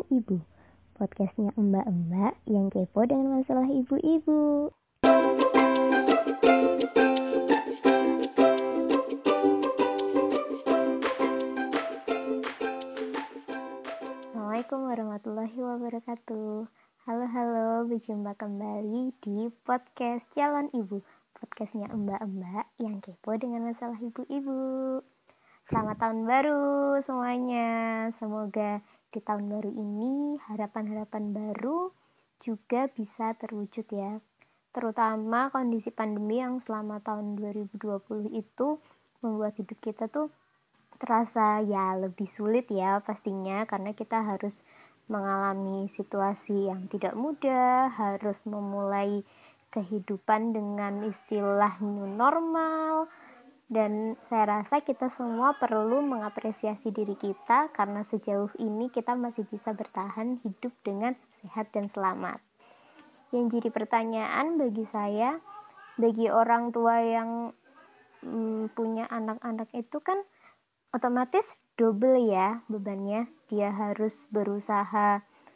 Ibu, podcastnya mbak-mbak yang kepo dengan masalah ibu-ibu. Assalamualaikum warahmatullahi wabarakatuh. Halo, berjumpa kembali di podcast Calon Ibu, podcastnya mbak-mbak yang kepo dengan masalah ibu-ibu. Selamat tahun baru semuanya. Semoga di tahun baru ini harapan-harapan baru juga bisa terwujud ya. Terutama kondisi pandemi yang selama tahun 2020 itu membuat hidup kita tuh terasa ya lebih sulit ya pastinya, karena kita harus mengalami situasi yang tidak mudah, harus memulai kehidupan dengan istilah new normal. Dan saya rasa kita semua perlu mengapresiasi diri kita karena sejauh ini kita masih bisa bertahan hidup dengan sehat dan selamat. Yang jadi pertanyaan bagi saya, bagi orang tua yang punya anak-anak itu kan otomatis double ya bebannya. Dia harus berusaha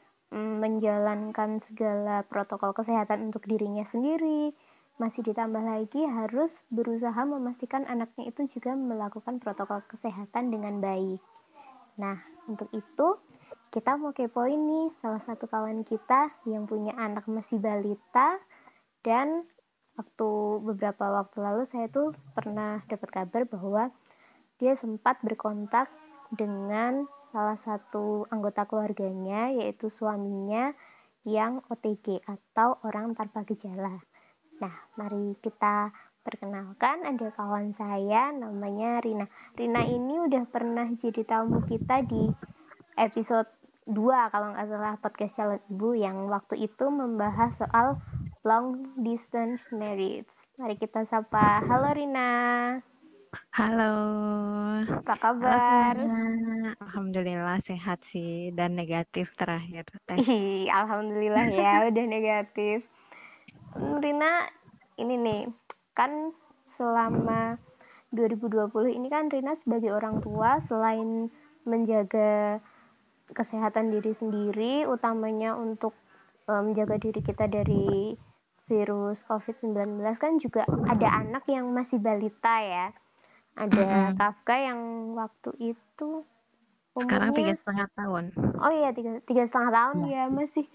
menjalankan segala protokol kesehatan untuk dirinya sendiri. Masih ditambah lagi harus berusaha memastikan anaknya itu juga melakukan protokol kesehatan dengan baik. Nah, untuk itu kita mau kepoin nih salah satu kawan kita yang punya anak masih balita, dan beberapa waktu lalu saya tuh pernah dapat kabar bahwa dia sempat berkontak dengan salah satu anggota keluarganya, yaitu suaminya yang OTG atau orang tanpa gejala. Nah, mari kita perkenalkan, ada kawan saya namanya Rina. Rina ini udah pernah jadi tamu kita di episode 2 kalau nggak salah podcast Calon Ibu yang waktu itu membahas soal long distance marriage. Mari kita sapa. Halo Rina. Halo. Apa Halo kabar? semuanya. Alhamdulillah sehat sih dan negatif terakhir tes. Alhamdulillah ya udah negatif. Rina, ini nih, kan selama 2020 ini kan Rina sebagai orang tua selain menjaga kesehatan diri sendiri, utamanya untuk menjaga diri kita dari virus COVID-19, kan juga ada anak yang masih balita ya. Ada Kafka yang waktu itu Sekarang umurnya 3,5 tahun. Oh iya, 3,5 tahun ya.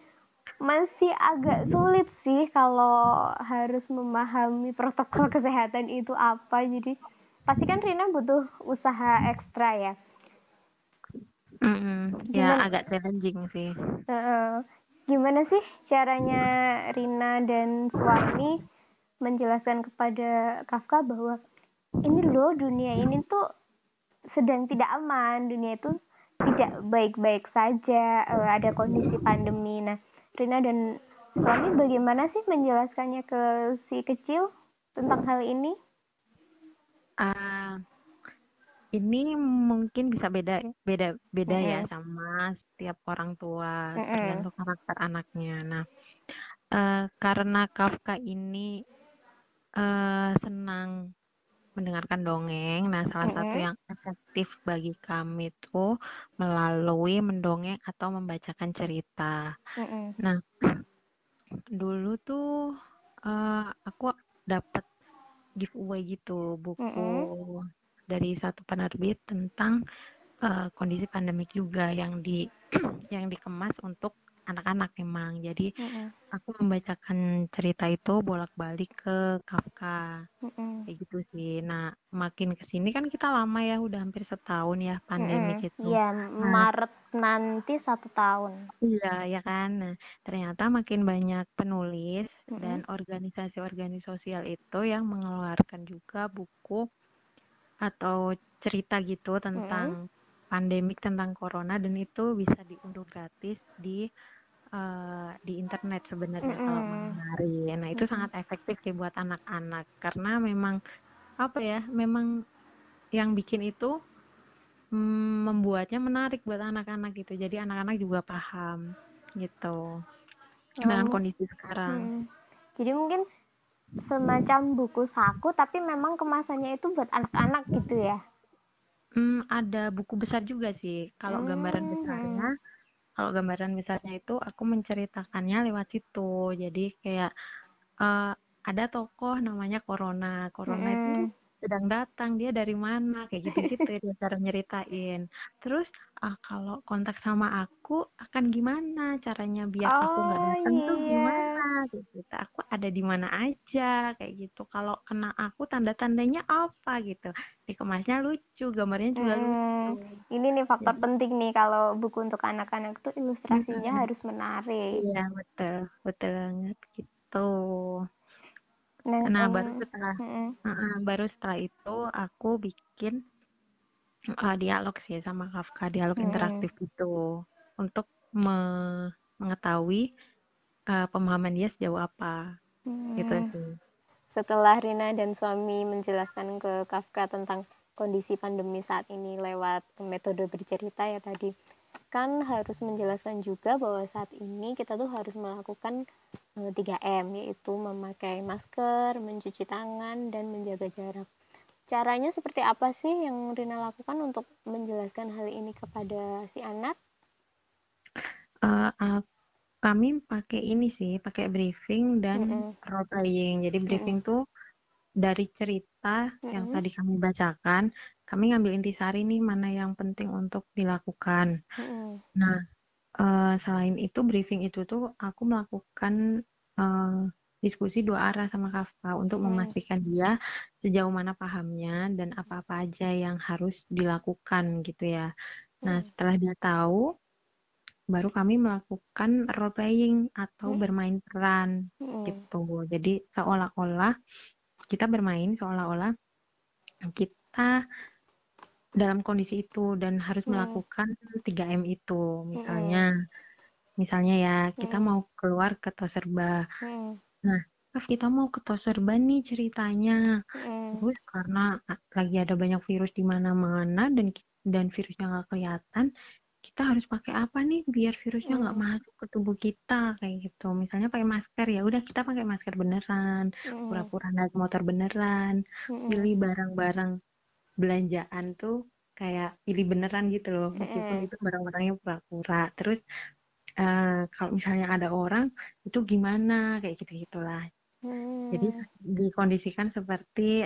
Masih agak sulit sih kalau harus memahami protokol kesehatan itu apa. Jadi pasti kan Rina butuh usaha ekstra ya. Ya Gimana agak challenging sih. gimana sih caranya Rina dan suami menjelaskan kepada Kafka bahwa ini loh, dunia ini tuh sedang tidak aman, dunia itu tidak baik-baik saja, ada kondisi pandemi. Nah, Rina dan suami bagaimana sih menjelaskannya ke si kecil tentang hal ini? Ini mungkin bisa beda ya sama setiap orang tua, tergantung karakter anaknya. Nah, karena Kafka ini senang mendengarkan dongeng. Nah, salah satu yang efektif bagi kami itu melalui mendongeng atau membacakan cerita. Nah, dulu tuh aku dapat giveaway gitu buku dari satu penerbit tentang kondisi pandemik juga yang dikemas untuk anak-anak memang. Jadi aku membacakan cerita itu bolak-balik ke Kafka. Kayak gitu sih. Nah, makin kesini kan kita lama ya, udah hampir setahun ya pandemik itu. Ya, Nah, Maret nanti 1 tahun. iya ya kan. Nah, ternyata makin banyak penulis dan organisasi-organisasi sosial itu yang mengeluarkan juga buku atau cerita gitu tentang pandemik, tentang corona, dan itu bisa diunduh gratis di internet sebenarnya kalau malam hari. Nah, itu sangat efektif sih buat anak-anak karena memang apa ya, memang yang bikin itu membuatnya menarik buat anak-anak gitu. Jadi anak-anak juga paham gitu dengan kondisi sekarang. Jadi mungkin semacam buku saku tapi memang kemasannya itu buat anak-anak gitu ya. Ada buku besar juga sih. Kalau gambaran besarnya kalau gambaran besarnya itu aku menceritakannya lewat situ. Jadi kayak ada tokoh namanya Corona. Corona itu sedang datang, dia dari mana, kayak gitu-gitu dia cara nyeritain. Terus kalau kontak sama aku akan gimana caranya biar aku nggak Oh datang tuh iya. gimana kayak gitu. Aku ada di mana aja kayak gitu. Kalau kena aku tanda-tandanya apa gitu. Dikemasnya lucu, gambarnya juga lucu. Ini nih faktor Jadi penting nih kalau buku untuk anak-anak tuh ilustrasinya mm-mm. harus menarik. Iya betul, betul banget gitu. Nah, Nah, baru setelah itu aku bikin dialog sih sama Kafka, dialog interaktif itu untuk mengetahui pemahaman dia sejauh apa, gitu sih. setelah Rina dan suami menjelaskan ke Kafka tentang kondisi pandemi saat ini lewat metode bercerita ya tadi, kan harus menjelaskan juga bahwa saat ini kita tuh harus melakukan 3M, yaitu memakai masker, mencuci tangan, dan menjaga jarak. Caranya seperti apa sih yang Rina lakukan untuk menjelaskan hal ini kepada si anak? Uh, Kami pakai ini sih, pakai briefing dan role playing. Jadi briefing tuh dari cerita yang tadi kami bacakan, kami ngambil intisari nih mana yang penting untuk dilakukan. Nah, selain itu briefing itu tuh aku melakukan diskusi 2 arah sama Kafka untuk memastikan dia sejauh mana pahamnya dan apa-apa aja yang harus dilakukan gitu ya. Nah, setelah dia tahu, baru kami melakukan role playing atau bermain peran gitu. Jadi seolah-olah kita bermain seolah-olah kita dalam kondisi itu dan harus melakukan 3M itu. Misalnya ya, kita mau keluar ke Toserba. Nah, Kaf, kita mau ke Toserba nih ceritanya. Terus karena lagi ada banyak virus di mana-mana dan virusnya nggak kelihatan, kita harus pakai apa nih biar virusnya nggak masuk ke tubuh kita kayak gitu. Misalnya pakai masker, ya udah kita pakai masker beneran, pura-pura naik motor beneran, pilih barang-barang belanjaan tuh kayak pilih beneran gitu loh, meskipun itu barang-barangnya pura-pura. Terus kalau misalnya ada orang itu gimana kayak gitu gitulah. Jadi dikondisikan seperti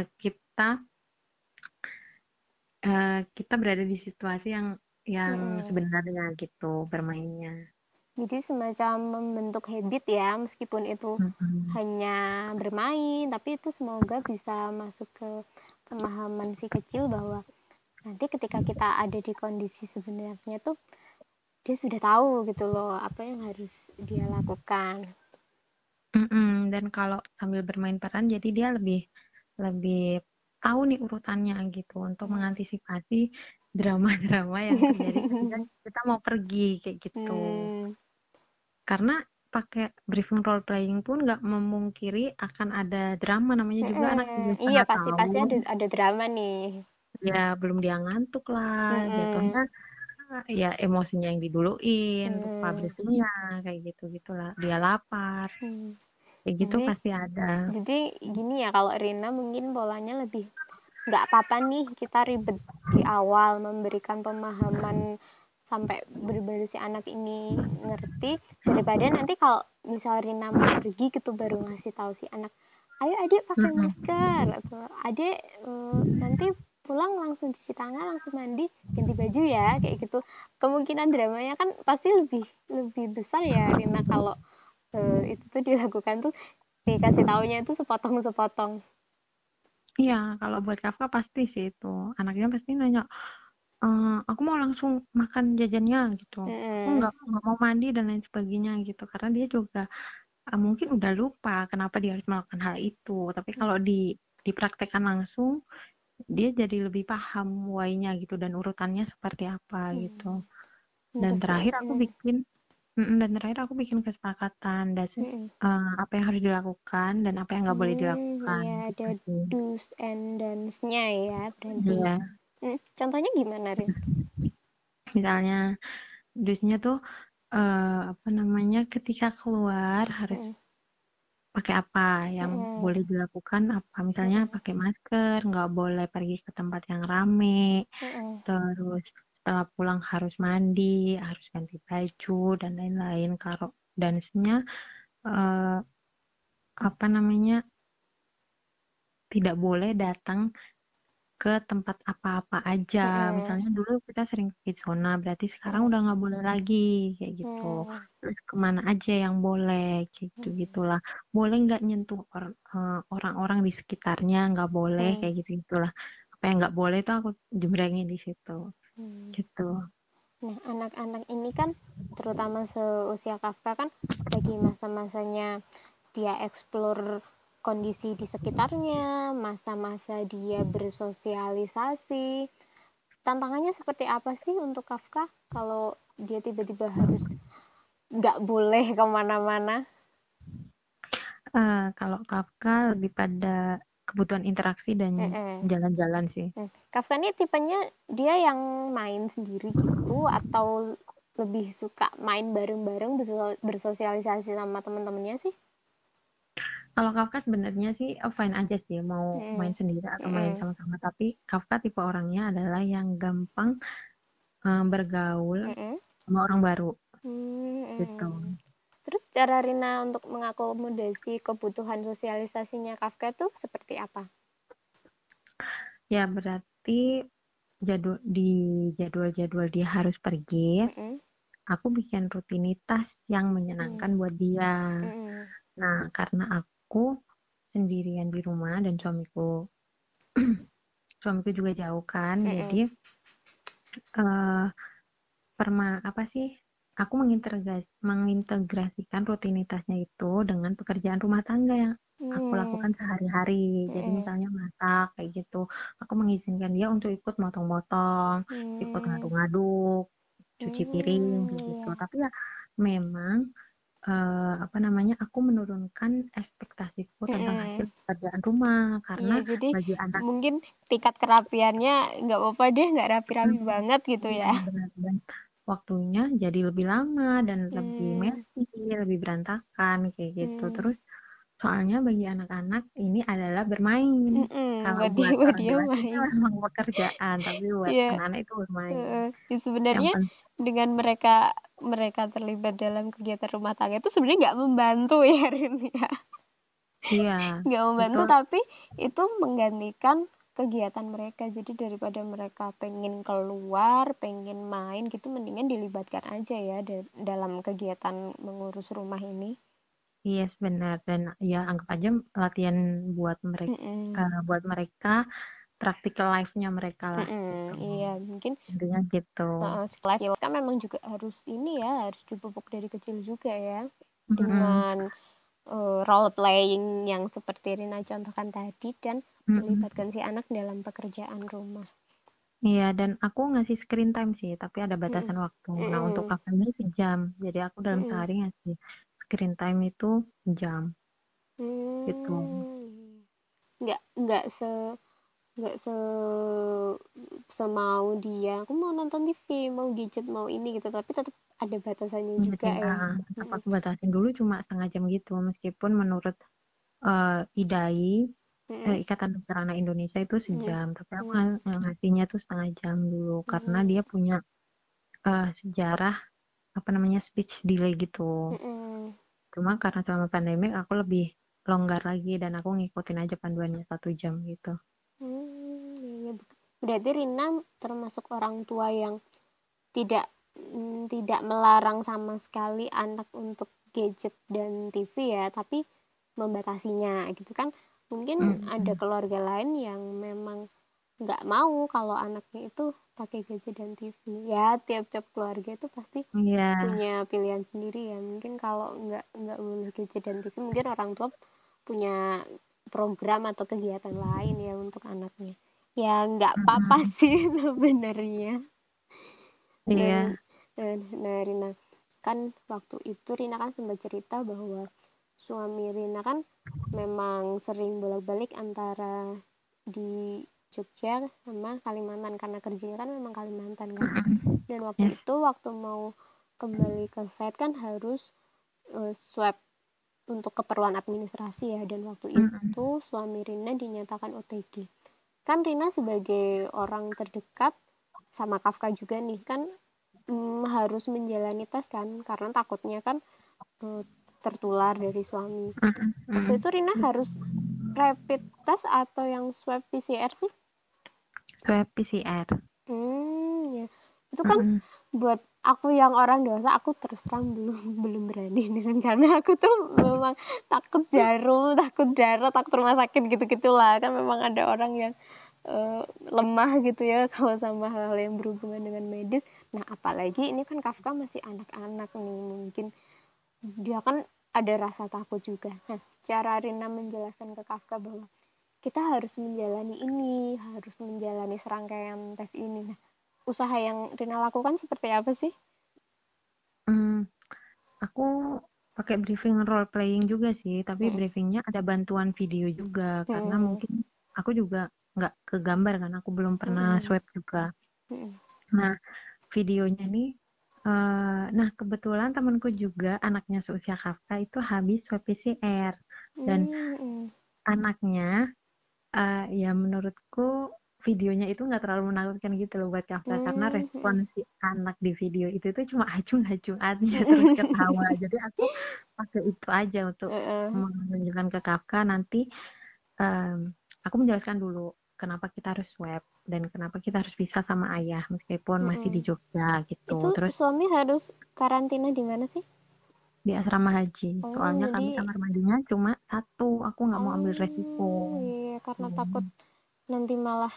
kita berada di situasi yang sebenarnya gitu bermainnya. Jadi semacam membentuk habit ya, meskipun itu hanya bermain, tapi itu semoga bisa masuk ke pemahaman si kecil bahwa nanti ketika kita ada di kondisi sebenarnya tuh dia sudah tahu gitu loh apa yang harus dia lakukan. Dan kalau sambil bermain peran, jadi dia lebih lebih tahu nih urutannya gitu untuk mengantisipasi drama-drama yang terjadi ketika kita mau pergi kayak gitu. Karena pakai briefing role playing pun nggak memungkiri akan ada drama, namanya juga anak 3 Iya setengah pasti tahun. ada drama nih. Ya belum dia ngantuk lah, jatuhnya ya emosinya yang diduluin, lupa briefingnya kayak gitu gitulah. Dia lapar, kayak gitu Jadi pasti ada. jadi gini ya, kalau Rina mungkin polanya lebih nggak apa-apa nih kita ribet di awal memberikan pemahaman sampai benar-benar si anak ini ngerti, daripada nanti kalau misal Rina mau pergi gitu baru ngasih tahu si anak, ayo adik pakai masker, atau adik nanti pulang langsung cuci tangan, langsung mandi, ganti baju ya, kayak gitu. Kemungkinan dramanya kan pasti lebih lebih besar ya Rina kalau itu tuh dilakukan tuh dikasih taunya itu sepotong-sepotong. Iya, kalau buat Kafka pasti sih itu. Anaknya pasti nanya, aku mau langsung makan jajannya gitu. Aku nggak mau mandi dan lain sebagainya gitu. Karena dia juga mungkin udah lupa kenapa dia harus melakukan hal itu. Tapi kalau dipraktekkan langsung, dia jadi lebih paham why-nya gitu dan urutannya seperti apa gitu. Dan terakhir aku bikin kesepakatan dan apa yang harus dilakukan dan apa yang nggak boleh dilakukan Ya gitu ada sih. do's and don'ts-nya ya berarti. Iya, Contohnya gimana, Rin? misalnya dusnya tuh apa namanya ketika keluar harus pakai apa yang boleh dilakukan apa misalnya pakai masker, nggak boleh pergi ke tempat yang rame, terus setelah pulang harus mandi, harus ganti baju dan lain-lain. Kalau dance-nya apa namanya, tidak boleh datang ke tempat apa-apa aja. Misalnya dulu kita sering ke Kidsona, berarti sekarang udah nggak boleh lagi kayak gitu. Terus kemana aja yang boleh, kayak gitulah. Boleh nggak nyentuh orang-orang di sekitarnya, nggak boleh kayak gitulah. Apa yang nggak boleh itu aku jembrengin di situ, gitu. Nah, anak-anak ini kan terutama seusia Kafka kan lagi masa-masanya dia explore kondisi di sekitarnya, masa-masa dia bersosialisasi. Tantangannya seperti apa sih untuk Kafka kalau dia tiba-tiba harus nggak boleh kemana-mana? Kalau Kafka lebih pada kebutuhan interaksi dan jalan-jalan sih. Kafka ini tipenya dia yang main sendiri gitu atau lebih suka main bareng-bareng bersosialisasi sama teman-temannya sih? Kalau Kafka sebenarnya sih fine aja sih mau main sendiri atau main sama-sama, tapi Kafka tipe orangnya adalah yang gampang bergaul sama orang baru gitu. Terus cara Rina untuk mengakomodasi kebutuhan sosialisasinya Kafka tuh seperti apa? Ya berarti di jadwal-jadwal dia harus pergi, aku bikin rutinitas yang menyenangkan buat dia. Nah, karena aku sendirian di rumah dan suamiku juga jauh kan, jadi apa sih? Aku mengintegrasikan rutinitasnya itu dengan pekerjaan rumah tangga yang aku lakukan sehari-hari. Jadi misalnya masak kayak gitu, aku mengizinkan dia untuk ikut motong-motong, ikut ngaduk-ngaduk, cuci piring kayak gitu. Tapi ya memang apa namanya, aku menurunkan ekspektasiku tentang hasil pekerjaan rumah karena jadi bagi anak mungkin tingkat kerapiannya nggak apa-apa deh, nggak rapi-rapi banget gitu ya. benar dan waktunya jadi lebih lama dan lebih messy, lebih berantakan kayak gitu. Terus soalnya bagi anak-anak ini adalah bermain. Kalau buat buat orang dia dewasa itu main. memang pekerjaan, tapi buat Iya, anak-anak itu bermain. ya Yang sebenarnya dengan mereka terlibat dalam kegiatan rumah tangga itu sebenarnya nggak membantu ya Rin ya. iya, Nggak membantu betul. tapi itu menggantikan kegiatan mereka. Jadi daripada mereka pengen keluar, pengen main gitu, mendingan dilibatkan aja ya dalam kegiatan mengurus rumah ini. Yes, benar. Dan ya anggap aja latihan buat mereka practical life-nya mereka lah gitu. Iya, mungkin Intinya gitu. skill kan memang juga harus ini ya, harus dipupuk dari kecil juga ya. Mm-mm. Dengan role playing yang seperti Rina contohkan tadi dan melibatkan si anak dalam pekerjaan rumah. Iya, dan aku ngasih screen time sih, tapi ada batasan waktu. Nah, untuk kakak ini sejam. Jadi aku dalam sehari ngasih screen time itu sejam. Gitu. Nggak se nggak se semau dia. Aku mau nonton TV, mau gadget, mau ini gitu, tapi tetap ada batasannya juga ya. Tetap aku batasin dulu cuma setengah jam gitu. Meskipun menurut IDAI, Ikatan Dokter Anak Indonesia itu sejam. Tapi aku ngasihnya tuh setengah jam dulu. Karena dia punya sejarah apa namanya speech delay gitu. Cuma karena selama pandemik aku lebih longgar lagi dan aku ngikutin aja panduannya 1 jam gitu. Iya, berarti Rina termasuk orang tua yang tidak tidak melarang sama sekali anak untuk gadget dan TV ya, tapi membatasinya gitu kan. Mungkin ada keluarga lain yang memang nggak mau kalau anaknya itu pakai gadget dan TV. Ya, tiap-tiap keluarga itu pasti Iya. punya pilihan sendiri ya. Mungkin kalau nggak boleh gadget dan TV, mungkin orang tua punya program atau kegiatan lain ya untuk anaknya. Ya nggak apa-apa sih sebenarnya. Dan Iya. nah Rina kan waktu itu Rina kan sempat cerita bahwa suami Rina kan memang sering bolak-balik antara di Jogja sama Kalimantan karena kerjanya kan memang Kalimantan kan. Dan waktu Yes. itu waktu mau kembali ke site kan harus swab untuk keperluan administrasi ya, dan waktu itu suami Rina dinyatakan OTG. Kan Rina sebagai orang terdekat sama Kafka juga nih kan harus menjalani tes kan karena takutnya kan tertular dari suami. Waktu itu Rina harus rapid test atau yang swab PCR sih? Swab PCR. Ya. Itu kan buat aku yang orang dewasa, aku terus terang belum berani dengan karena aku tuh memang takut jarum, takut darah, takut rumah sakit gitu-gitulah. Kan memang ada orang yang lemah gitu ya kalau sama hal-hal yang berhubungan dengan medis. Nah, apalagi ini kan Kafka masih anak-anak nih, mungkin dia kan ada rasa takut juga. Nah, cara Rina menjelaskan ke Kafka bahwa kita harus menjalani ini, harus menjalani serangkaian tes ini. Nah, usaha yang Rina lakukan seperti apa sih? Aku pakai briefing role playing juga sih, tapi briefingnya ada bantuan video juga, karena mungkin aku juga nggak kegambar kan, aku belum pernah swab juga. Nah, videonya nih, nah kebetulan temanku juga anaknya seusia Kafka itu habis swab PCR, dan anaknya ya menurutku videonya itu nggak terlalu menakutkan gitu loh buat Kafka, karena respon si anak di video itu cuma acung-acung aja terus ketawa. Jadi aku pakai itu aja untuk menunjukkan ke Kafka. Nanti aku menjelaskan dulu kenapa kita harus swab dan kenapa kita harus pisah sama ayah meskipun masih di Jogja gitu. Itu terus suami harus karantina di mana sih? Di asrama haji. Soalnya kami jadi kamar mandinya cuma satu, aku nggak mau ambil resiko. iya, karena takut nanti malah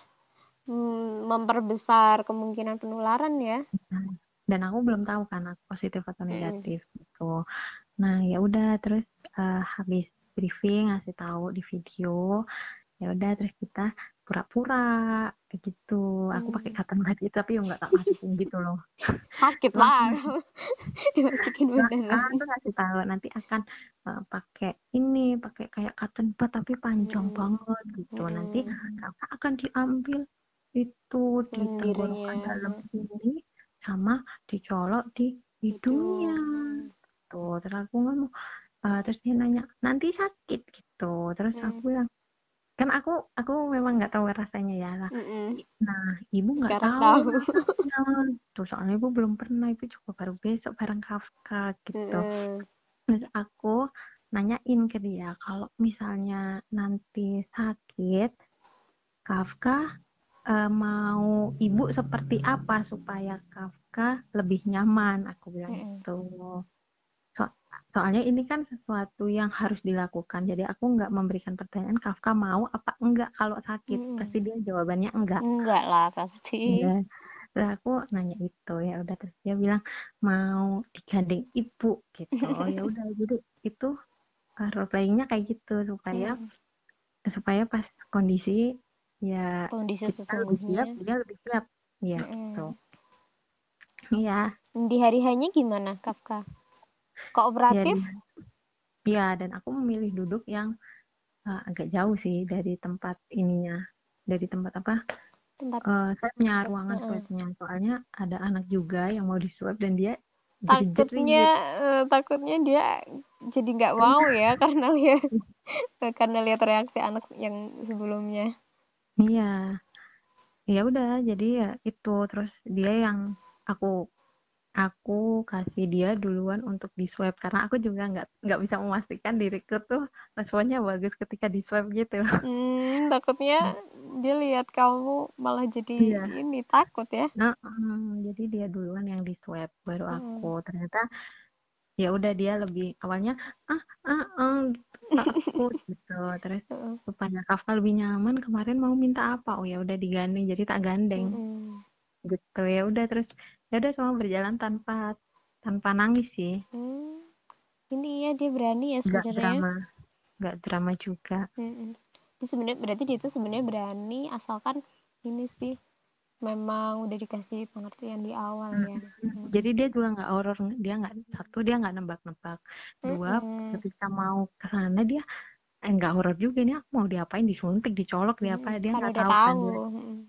memperbesar kemungkinan penularan ya. Dan aku belum tahu kan aku positif atau negatif gitu. Nah, ya udah terus habis briefing ngasih tahu di video, ya udah terus kita pura-pura kayak gitu. Aku pakai cotton bud itu tapi nggak tak masukin gitu loh. Sakit lah dimasukin beneran. Aku ngasih tahu nanti akan pakai kayak cotton bud tapi panjang banget gitu. Nanti kakak akan diambil itu di tenggorokan dalam sini sama dicolok di hidungnya. Tuh, terus aku ngomong, terus dia nanya nanti sakit gitu. Terus aku bilang kan aku memang nggak tahu rasanya ya lah. Nah, ibu nggak tahu rasanya. Tuh soalnya ibu belum pernah, ibu juga baru besok bareng Kafka gitu. Terus aku nanyain ke dia kalau misalnya nanti sakit, Kafka mau ibu seperti apa supaya Kafka lebih nyaman, aku bilang gitu. Soalnya ini kan sesuatu yang harus dilakukan, jadi aku nggak memberikan pertanyaan Kafka mau apa enggak kalau sakit, pasti dia jawabannya enggak. Enggak lah pasti. Ya. Terus aku nanya itu, ya udah terus dia bilang mau digandeng ibu gitu. Oh ya udah, jadi itu role playingnya kayak gitu supaya pas kondisi ya kita lebih siap, sesungguhnya dia lebih siap ya gitu. Iya. Di hari hanya gimana Kafka? Kooperatif? Ya, dan aku memilih duduk yang agak jauh sih dari tempat ininya, dari tempat apa? Saya punya ruangan swabnya, soalnya ada anak juga yang mau diswab dan dia takutnya dia jadi nggak mau ya karena lihat reaksi anak yang sebelumnya. Iya, ya udah, jadi ya itu terus dia yang aku kasih dia duluan untuk di swab karena aku juga nggak bisa memastikan diriku tuh responnya bagus ketika di swab gitu. Takutnya dia lihat kamu malah jadi ini takut ya. Jadi dia duluan yang di swab baru aku. Ternyata ya udah dia lebih awalnya takut gitu. Terus supaya Kafka lebih nyaman kemarin mau minta apa, oh ya udah digandeng jadi tak gandeng gitu. Ya udah terus ya udah semua berjalan tanpa nangis sih. Ini ya dia berani ya sebenarnya. Nggak drama juga. Sebenarnya berarti dia itu sebenarnya berani asalkan ini sih memang udah dikasih pengertian di awal ya. Jadi dia juga nggak horor, dia nggak nebak-nebak. Dua, ketika mau ke sana dia nggak horor juga, ini aku mau diapain, disuntik, dicolok, diapa, dia nggak tahu kan dia.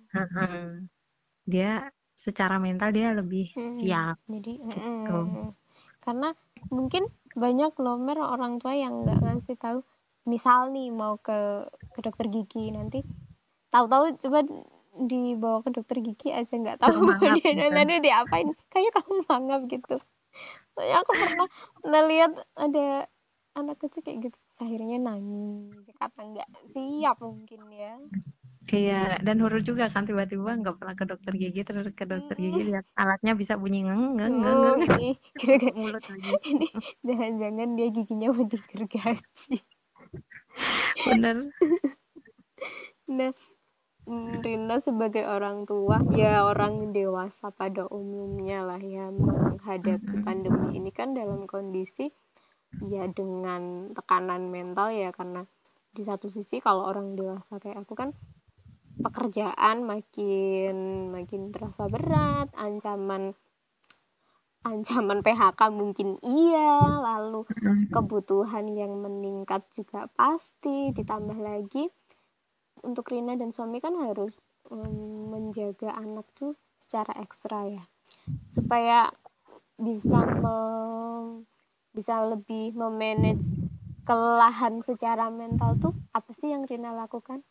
Dia secara mental dia lebih siap. Jadi gitu. karena mungkin banyak loh orang tua yang nggak ngasih tahu, misal nih mau ke dokter gigi nanti tahu-tahu coba dibawa ke dokter gigi aja nggak tahu mangap dia gitu. nanti diapain, kayaknya kamu mangap gitu. Soalnya aku pernah lihat ada anak kecil kayak gitu, akhirnya nangis karena nggak siap mungkin ya. Iya, dan horor juga kan tiba-tiba nggak pernah ke dokter gigi, terus ke dokter gigi lihat alatnya bisa bunyi ngeng ngeng ngeng Oh, ngeng. ini kira-kira Mulut lagi. ini jangan-jangan dia giginya mau digergaji. Bener. Nah, Rina sebagai orang tua, ya orang dewasa pada umumnya lah ya, menghadapi pandemi ini kan dalam kondisi ya dengan tekanan mental ya, karena di satu sisi kalau orang dewasa kayak aku kan pekerjaan makin terasa berat, ancaman PHK mungkin iya, lalu kebutuhan yang meningkat juga pasti, ditambah lagi untuk Rina dan suami kan harus menjaga anak tuh secara ekstra ya, supaya bisa bisa lebih memanage kelelahan secara mental tuh apa sih yang Rina lakukan?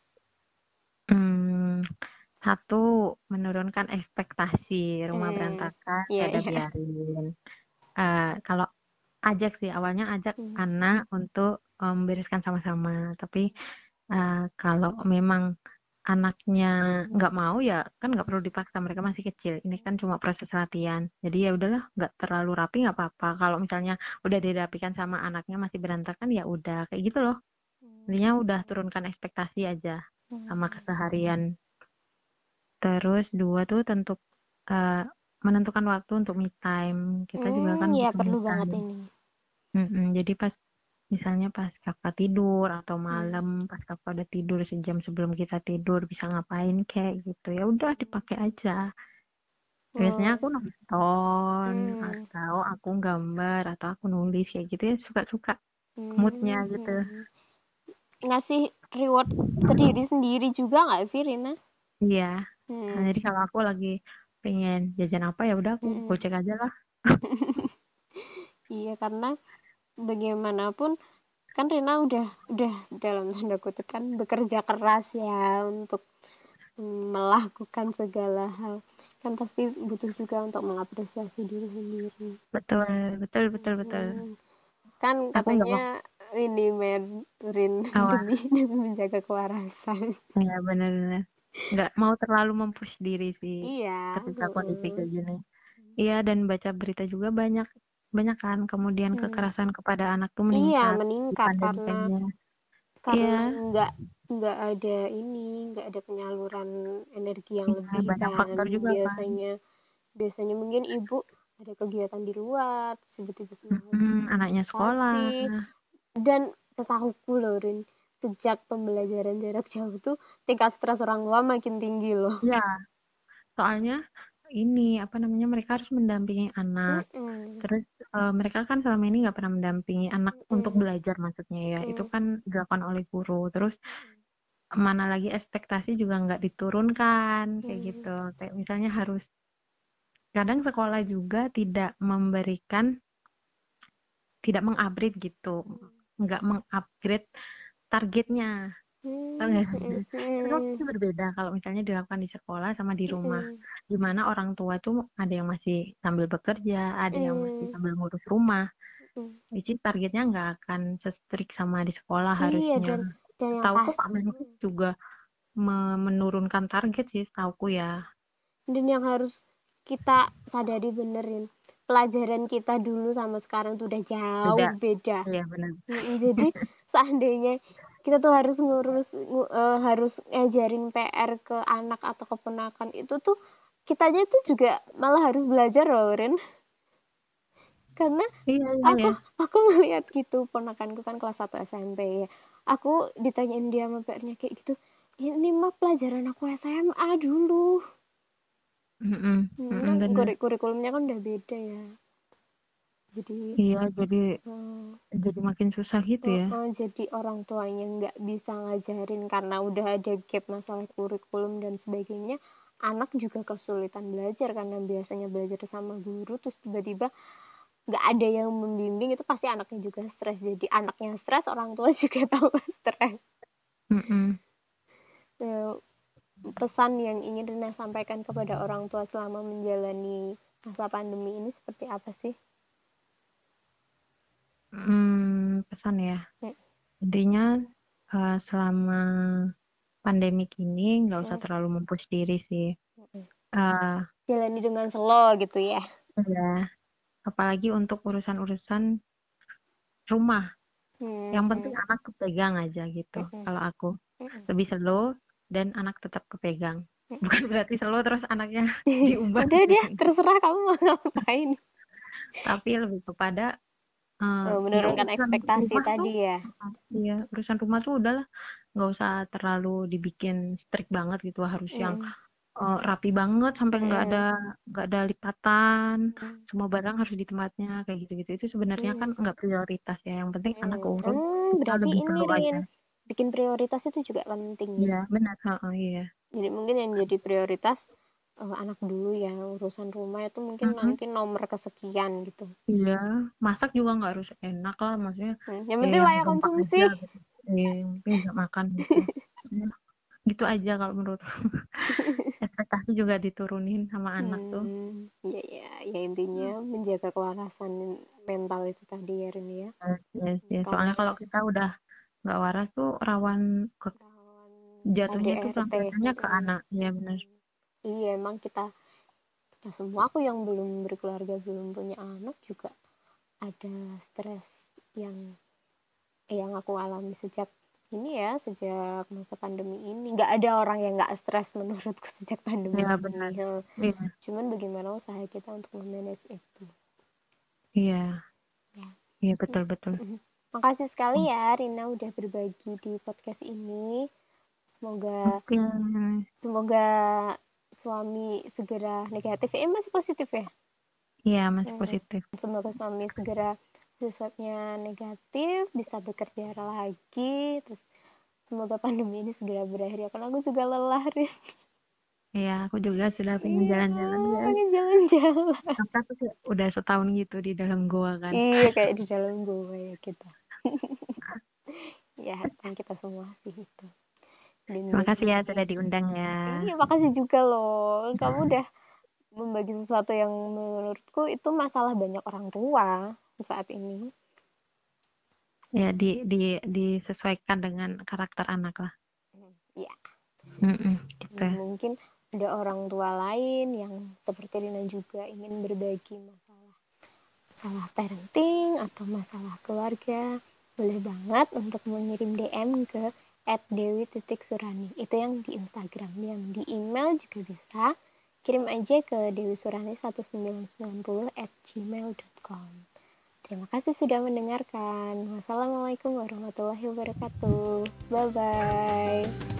Satu, menurunkan ekspektasi. Rumah berantakan, Iya, ya udah iya. biarin. Kalau ajak sih, awalnya ajak anak untuk membereskan sama-sama. Tapi kalau memang anaknya nggak mau, ya kan nggak perlu dipaksa, mereka masih kecil. Ini kan cuma proses latihan. Jadi ya udahlah, nggak terlalu rapi nggak apa-apa. Kalau misalnya udah dirapikan sama anaknya masih berantakan, ya udah kayak gitu loh. Intinya udah turunkan ekspektasi aja sama keseharian. Terus dua tuh menentukan waktu untuk me time. Kita juga kan Ya butuh me perlu banget time. ini. Jadi misalnya pas kakak tidur atau Hmm. malam pas kakak udah tidur sejam sebelum kita tidur bisa ngapain kayak gitu, ya udah dipakai aja. Biasanya Oh. aku nonton Hmm. atau aku gambar atau aku nulis kayak gitu ya, suka-suka moodnya Hmm. gitu. Ngasih reward ke diri sendiri juga nggak sih Rina? Iya. Nah, Hmm. jadi kalau aku lagi pengen jajan apa ya udah aku Hmm. gocek aja lah. Iya, karena bagaimanapun kan Rina udah dalam tanda kutip kan bekerja keras ya untuk melakukan segala hal, kan pasti butuh juga untuk mengapresiasi diri sendiri. Betul, betul, betul, betul. Kan Aku nggak mau. katanya ini Merin Awal. demi menjaga kewarasan. Ya benar-benar. Nggak mau terlalu mempush diri sih Iya. ketika kondisi kayak gini. Iya, dan baca berita juga banyak banyak kan kemudian kekerasan kepada anak tuh Iya, meningkat di meningkat pandemi karena kayak gini. Iya, nggak ada penyaluran energi yang iya lebih banyak kan. faktor juga kan. Biasanya mungkin ibu ada kegiatan di luar, tiba-tiba semangat Anaknya sekolah. pasti. Dan setahuku loh Rin, sejak pembelajaran jarak jauh tuh tingkat stres orang tua makin tinggi loh. Iya, soalnya ini apa namanya, mereka harus mendampingi anak. Mm-mm. Terus mereka kan selama ini nggak pernah mendampingi anak untuk Mm-mm. belajar maksudnya ya. Itu Mm-mm. kan dilakukan oleh guru. Terus mana lagi ekspektasi juga nggak diturunkan kayak gitu. Kayak misalnya harus, kadang sekolah juga tidak mengupgrade gitu, nggak mengupgrade targetnya. Tahu nggak sih? Itu kan Mm-mm. pasti berbeda kalau misalnya dilakukan di sekolah sama di rumah. Mm-mm. Di mana orang tua tuh ada yang masih sambil bekerja, ada yang masih Mm-mm. sambil ngurus rumah. Mm-mm. Which is targetnya nggak akan se-strict sama di sekolah Iya, harusnya. dan yang Tauku pas Pak Menkes juga menurunkan target sih, tauku ya. dan yang harus kita sadari benerin, pelajaran kita dulu sama sekarang tuh udah jauh Beda. beda. Iya benar. Jadi seandainya kita tuh harus ngajarin PR ke anak atau keponakan itu tuh kitanya tuh juga malah harus belajar loh Rin, karena Iya, iya, aku iya. aku ngeliat gitu ponakanku kan kelas 1 SMP ya, aku ditanyain dia sama PR-nya kayak gitu, ini mah pelajaran aku SMA dulu. Kan Benar. kurikulumnya kan udah beda ya, jadi Iya, jadi makin susah gitu ya. jadi orang tuanya nggak bisa ngajarin karena udah ada gap masalah kurikulum dan sebagainya, anak juga kesulitan belajar karena biasanya belajar sama guru terus tiba-tiba nggak ada yang membimbing, itu pasti anaknya juga stres, jadi anaknya stres orang tua juga tambah stres. Mm-mm. pesan yang ingin Rina sampaikan kepada orang tua selama menjalani masa pandemi ini seperti apa sih? Pesan ya. Intinya selama pandemik ini nggak usah terlalu mempush diri sih. Jalani dengan slow gitu ya. Ya, apalagi untuk urusan-urusan rumah. Yang penting anak kepegang aja gitu. Kalau aku lebih slow dan anak tetap kepegang. Bukan berarti slow terus anaknya diubah. Udah deh, terserah kamu mau ngapain. Tapi lebih kepada ya Menurunkan urusan ekspektasi rumah tuh, tadi ya. ya urusan rumah tuh udahlah, nggak usah terlalu dibikin strict banget gitu, harus yang rapi banget sampai nggak ada lipatan, semua barang harus di tempatnya kayak gitu-gitu. Itu sebenarnya kan nggak prioritas ya. Yang penting anak keurus, kita Berarti lebih ini slow Rin, aja. bikin prioritas itu juga penting ya. Iya benar, iya. Jadi mungkin yang jadi prioritas anak dulu ya, urusan rumah itu mungkin nanti nomor kesekian gitu. Iya, masak juga nggak harus enak lah, maksudnya Yang ya penting yang layak gampang konsumsi. aja gitu. Yang penting bisa makan gitu. Ya, gitu aja kalau menurut. Ekspektasi juga diturunin sama anak tuh. Iya ya, ya intinya menjaga kewarasan mental itu tadi ya Rin ya. Yes, yes. Soalnya Kalau kalau kita udah nggak waras tuh rawan ke rawan jatuhnya tuh KDRT, pelampiasannya ke anak. Ya benar. iya emang kita semua, aku yang belum berkeluarga, belum punya anak juga ada stres yang aku alami sejak ini ya, sejak masa pandemi ini. Nggak ada orang yang nggak stres menurutku sejak pandemi Ya ini. benar. Iya, Cuman bagaimana usaha kita untuk memanage itu. iya, Ya. iya betul betul. Makasih sekali ya Rina udah berbagi di podcast ini. Semoga Oke. semoga suami segera negatif. Masih positif ya? Iya masih positif. Semoga suami segera swabnya negatif, bisa bekerja lagi, terus semoga pandemi ini segera berakhir ya, karena aku juga lelah Rin. Iya, aku juga sudah pengen Iya, jalan-jalan ya. pengen jalan-jalan. Kita tuh kayak udah setahun gitu di dalam goa kan. Iya, kayak di dalam gua ya kita. Ya harapan kita semua sih itu. Terima kasih ya Lindungi. sudah diundang ya. Iya, makasih juga loh. Kamu udah membagi sesuatu yang menurutku itu masalah banyak orang tua saat ini. Ya disesuaikan dengan karakter anak lah. Ya, Gitu. mungkin ada orang tua lain yang seperti Rina juga ingin berbagi masalah parenting atau masalah keluarga. Boleh banget untuk mengirim DM ke @dewi.surani. Itu yang di Instagram. Yang di email juga bisa. Kirim aja ke dewisurani1990@gmail.com. Terima kasih sudah mendengarkan. Wassalamualaikum warahmatullahi wabarakatuh. Bye-bye.